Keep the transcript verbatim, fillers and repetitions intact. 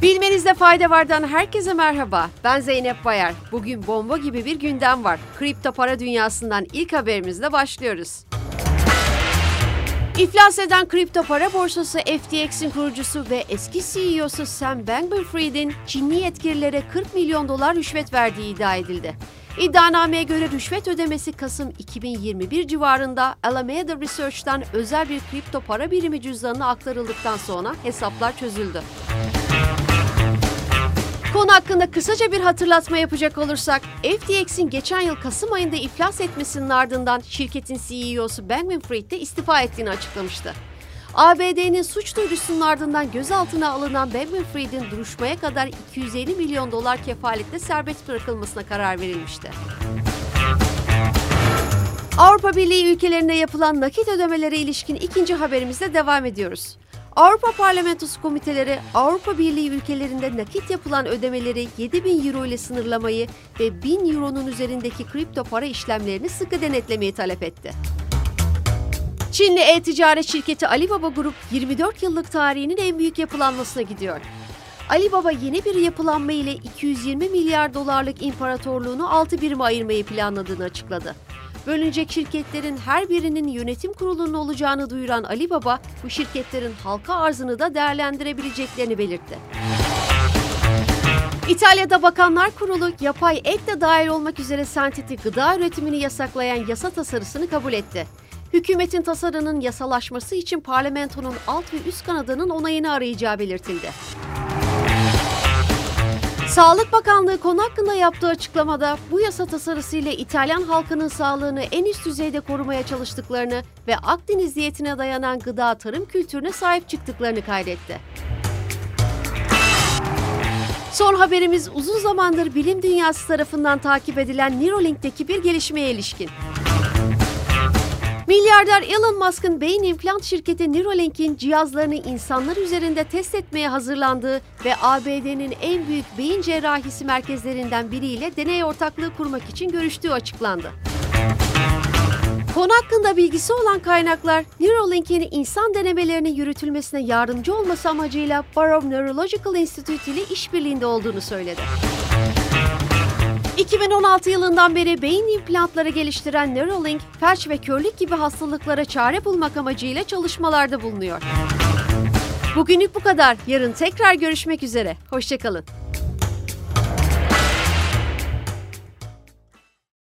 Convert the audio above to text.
Bilmenizde fayda vardan herkese merhaba. Ben Zeynep Bayar. Bugün bomba gibi bir gündem var. Kripto para dünyasından ilk haberimizle başlıyoruz. İflas eden kripto para borsası F T X'in kurucusu ve eski C E O'su Sam Bankman-Fried'in Çinli yetkililere kırk milyon dolar rüşvet verdiği iddia edildi. İddianameye göre rüşvet ödemesi Kasım iki bin yirmi bir civarında Alameda Research'tan özel bir kripto para birimi cüzdanına aktarıldıktan sonra hesaplar çözüldü. Konu hakkında kısaca bir hatırlatma yapacak olursak, F T X'in geçen yıl Kasım ayında iflas etmesinin ardından şirketin C E O'su Bankman-Fried de istifa ettiğini açıklamıştı. A B D'nin suç duyurusunun ardından gözaltına alınan Bankman-Fried'in duruşmaya kadar iki yüz elli milyon dolar kefaletle serbest bırakılmasına karar verilmişti. Avrupa Birliği ülkelerinde yapılan nakit ödemelere ilişkin ikinci haberimizle devam ediyoruz. Avrupa Parlamentosu komiteleri Avrupa Birliği ülkelerinde nakit yapılan ödemeleri yedi bin euro ile sınırlamayı ve bin euronun üzerindeki kripto para işlemlerini sıkı denetlemeyi talep etti. Çinli e-ticaret şirketi Alibaba Grup yirmi dört yıllık tarihinin en büyük yapılanmasına gidiyor. Alibaba yeni bir yapılanma ile iki yüz yirmi milyar dolarlık imparatorluğunu altı birime ayırmayı planladığını açıkladı. Bölünecek şirketlerin her birinin yönetim kurulunun olacağını duyuran Alibaba, bu şirketlerin halka arzını da değerlendirebileceklerini belirtti. İtalya'da Bakanlar Kurulu, yapay et de dahil olmak üzere sentetik gıda üretimini yasaklayan yasa tasarısını kabul etti. Hükümetin tasarının yasalaşması için parlamentonun alt ve üst kanadının onayını arayacağı belirtildi. Sağlık Bakanlığı konu hakkında yaptığı açıklamada bu yasa tasarısıyla İtalyan halkının sağlığını en üst düzeyde korumaya çalıştıklarını ve Akdeniz diyetine dayanan gıda tarım kültürüne sahip çıktıklarını kaydetti. Son haberimiz uzun zamandır bilim dünyası tarafından takip edilen Neuralink'teki bir gelişmeye ilişkin. Milyarder Elon Musk'ın beyin implant şirketi Neuralink'in cihazlarını insanlar üzerinde test etmeye hazırlandığı ve A B D'nin en büyük beyin cerrahisi merkezlerinden biriyle deney ortaklığı kurmak için görüştüğü açıklandı. Konu hakkında bilgisi olan kaynaklar, Neuralink'in insan denemelerinin yürütülmesine yardımcı olması amacıyla Barrow Neurological Institute ile işbirliğinde olduğunu söyledi. iki bin on altı yılından beri beyin implantları geliştiren Neuralink, felç ve körlük gibi hastalıklara çare bulmak amacıyla çalışmalarda bulunuyor. Bugünlük bu kadar. Yarın tekrar görüşmek üzere. Hoşça kalın.